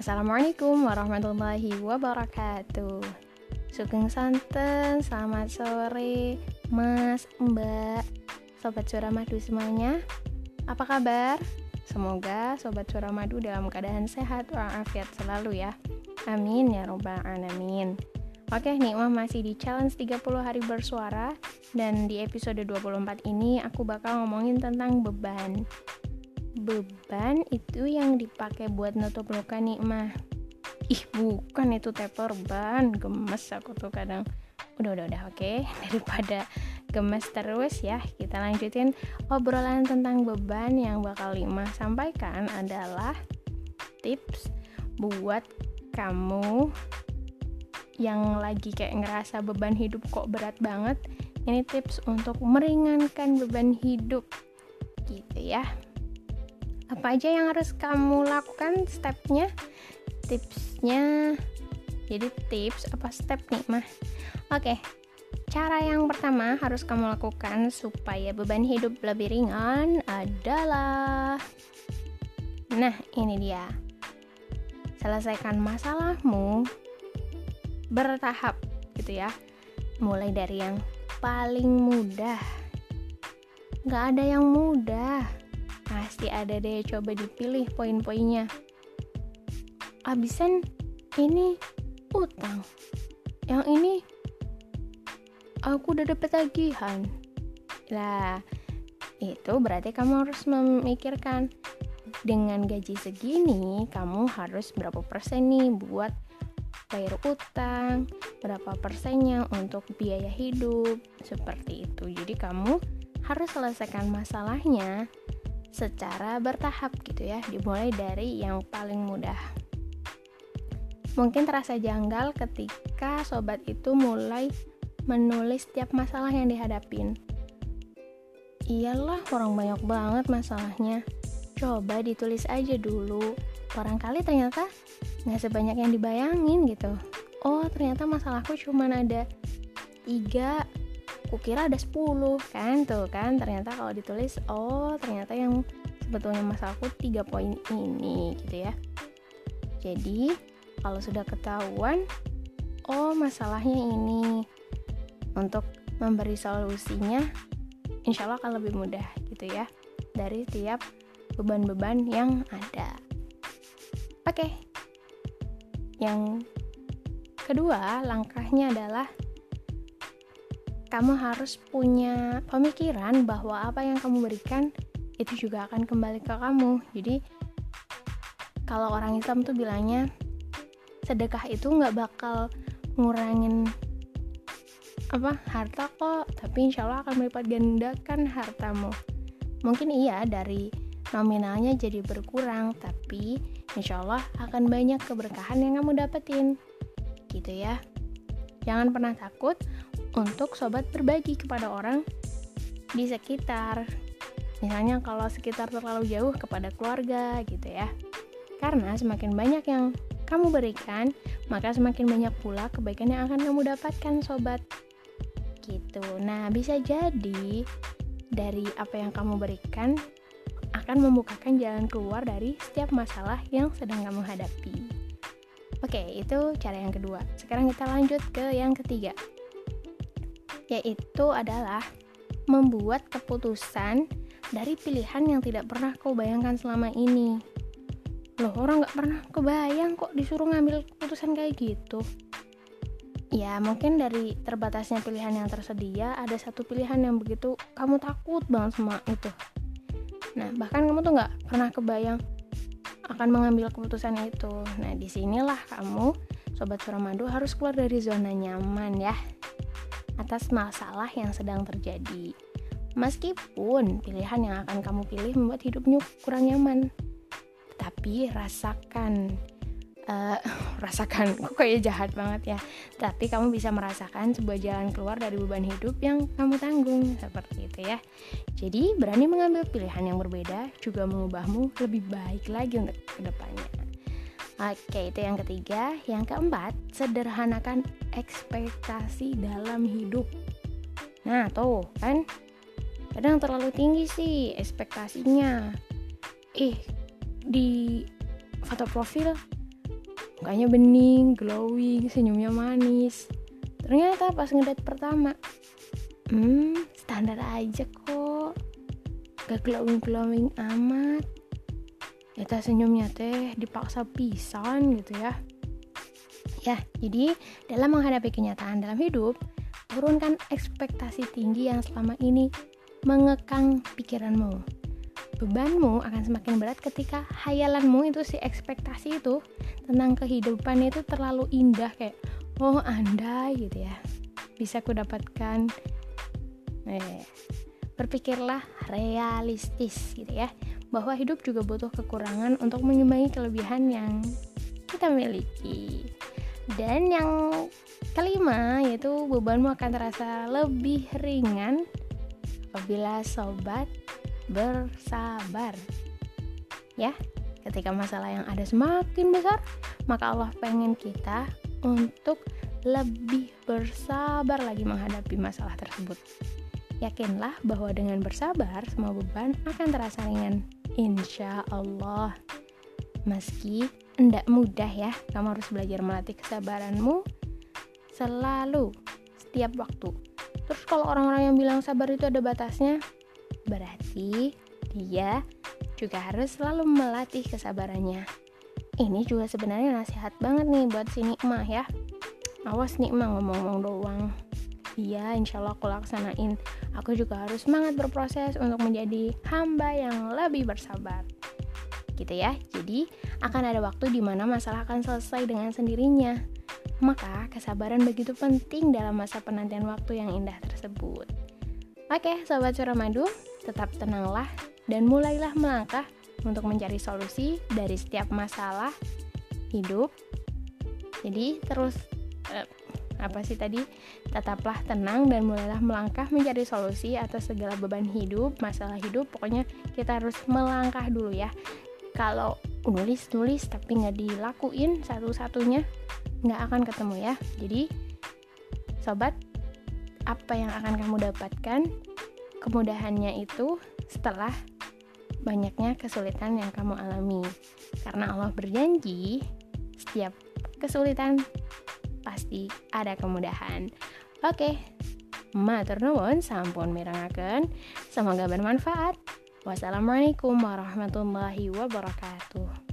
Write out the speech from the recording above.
Assalamualaikum warahmatullahi wabarakatuh. Sugeng santen, selamat sore Mas, Mbak, Sobat Suramadu semuanya. Apa kabar? Semoga Sobat Suramadu dalam keadaan sehat walafiat selalu ya. Amin ya robbal alamin. Oke, Nikmah masih di challenge 30 hari bersuara. Dan di episode 24 ini aku bakal ngomongin tentang beban. Beban itu yang dipakai buat nutup luka Nikmah. Ih, bukan itu taper ban. Gemes aku tuh kadang. Udah, oke. Daripada gemes terus ya, kita lanjutin obrolan tentang beban. Yang bakal Nikmah sampaikan adalah tips buat kamu yang lagi kayak ngerasa beban hidup kok berat banget. Ini tips untuk meringankan beban hidup gitu ya. Apa aja yang harus kamu lakukan stepnya? Tipsnya, jadi tips apa step nih mah? Oke, cara yang pertama harus kamu lakukan supaya beban hidup lebih ringan adalah, nah ini dia, selesaikan masalahmu bertahap gitu ya. Mulai dari yang paling mudah. Gak ada yang mudah, pasti ada deh, coba dipilih poin-poinnya. Abisan ini utang, yang ini aku udah dapet tagihan. Lah, itu berarti kamu harus memikirkan, dengan gaji segini kamu harus berapa persen nih buat bayar utang, berapa persennya untuk biaya hidup, seperti itu. Jadi kamu harus selesaikan masalahnya secara bertahap gitu ya, dimulai dari yang paling mudah. Mungkin terasa janggal ketika sobat itu mulai menulis setiap masalah yang dihadapin. Iyalah, orang banyak banget masalahnya. Coba ditulis aja dulu. Barangkali ternyata gak sebanyak yang dibayangin gitu. Oh, ternyata masalahku cuma ada 3, kukira ada 10 kan. Tuh kan, ternyata kalau ditulis, oh ternyata yang sebetulnya masalahku 3 poin ini gitu ya. Jadi kalau sudah ketahuan, oh masalahnya ini, untuk memberi solusinya insya Allah akan lebih mudah gitu ya, dari tiap beban-beban yang ada. Oke, yang kedua langkahnya adalah kamu harus punya pemikiran bahwa apa yang kamu berikan itu juga akan kembali ke kamu. Jadi kalau orang Islam tuh bilangnya, sedekah itu gak bakal ngurangin harta kok, tapi insya Allah akan melipat gandakan hartamu. Mungkin iya dari nominalnya jadi berkurang, tapi insya Allah akan banyak keberkahan yang kamu dapetin gitu ya. Jangan pernah takut untuk sobat berbagi kepada orang di sekitar. Misalnya kalau sekitar terlalu jauh, kepada keluarga gitu ya. Karena semakin banyak yang kamu berikan, maka semakin banyak pula kebaikan yang akan kamu dapatkan sobat gitu. Nah, bisa jadi dari apa yang kamu berikan akan membukakan jalan keluar dari setiap masalah yang sedang kamu hadapi. Oke, itu cara yang kedua. Sekarang kita lanjut ke yang ketiga, yaitu adalah membuat keputusan dari pilihan yang tidak pernah kau bayangkan selama ini. Loh, orang gak pernah kebayang kok disuruh ngambil keputusan kayak gitu. Ya, mungkin dari terbatasnya pilihan yang tersedia, ada satu pilihan yang begitu kamu takut banget sama itu. Nah, bahkan kamu tuh gak pernah kebayang akan mengambil keputusan itu. Nah, disinilah kamu, Sobat Suramadu, harus keluar dari zona nyaman ya, atas masalah yang sedang terjadi. Meskipun pilihan yang akan kamu pilih membuat hidupnya kurang nyaman, tapi rasakan, kok kayak jahat banget ya, tapi kamu bisa merasakan sebuah jalan keluar dari beban hidup yang kamu tanggung, seperti itu ya. Jadi berani mengambil pilihan yang berbeda juga mengubahmu lebih baik lagi untuk kedepannya. Oke, itu yang ketiga. Yang keempat, sederhanakan ekspektasi dalam hidup. Nah tuh kan, kadang terlalu tinggi sih ekspektasinya. Di foto profil mukanya bening, glowing, senyumnya manis. Ternyata pas ngedate pertama, standar aja kok, gak glowing amat. Eta senyumnya teh dipaksa pisan gitu ya. Ya, jadi dalam menghadapi kenyataan dalam hidup, turunkan ekspektasi tinggi yang selama ini mengekang pikiranmu. Bebanmu akan semakin berat ketika hayalanmu itu, si ekspektasi itu tentang kehidupan itu terlalu indah, kayak oh andai gitu ya bisa ku dapatkan. Berpikirlah realistis gitu ya, bahwa hidup juga butuh kekurangan untuk mengimbangi kelebihan yang kita miliki. Dan yang kelima yaitu bebanmu akan terasa lebih ringan apabila sobat bersabar. Ya, ketika masalah yang ada semakin besar, maka Allah pengen kita untuk lebih bersabar lagi menghadapi masalah tersebut. Yakinlah bahwa dengan bersabar, semua beban akan terasa ringan, insya Allah. Meski tidak mudah ya, kamu harus belajar melatih kesabaranmu selalu, setiap waktu. Terus kalau orang-orang yang bilang sabar itu ada batasnya, berarti dia juga harus selalu melatih kesabarannya. Ini juga sebenarnya nasihat banget nih buat si Nikmah ya. Awas Nikmah ngomong-ngomong doang. Iya, insya Allah aku laksanain. Aku juga harus semangat berproses untuk menjadi hamba yang lebih bersabar. Gitu ya. Jadi akan ada waktu di mana masalah akan selesai dengan sendirinya. Maka kesabaran begitu penting dalam masa penantian waktu yang indah tersebut. Oke, Sobat Suramadu, tetap tenanglah dan mulailah melangkah untuk mencari solusi dari setiap masalah hidup. Jadi tetaplah tenang dan mulailah melangkah mencari solusi atas segala beban hidup, masalah hidup. Pokoknya kita harus melangkah dulu ya. Kalau nulis tapi nggak dilakuin satu-satunya, nggak akan ketemu ya. Jadi sobat, apa yang akan kamu dapatkan kemudahannya itu setelah banyaknya kesulitan yang kamu alami. Karena Allah berjanji setiap kesulitan pasti ada kemudahan. Oke, matur nuwun sampun mirengaken. Semoga bermanfaat. Wassalamualaikum warahmatullahi wabarakatuh.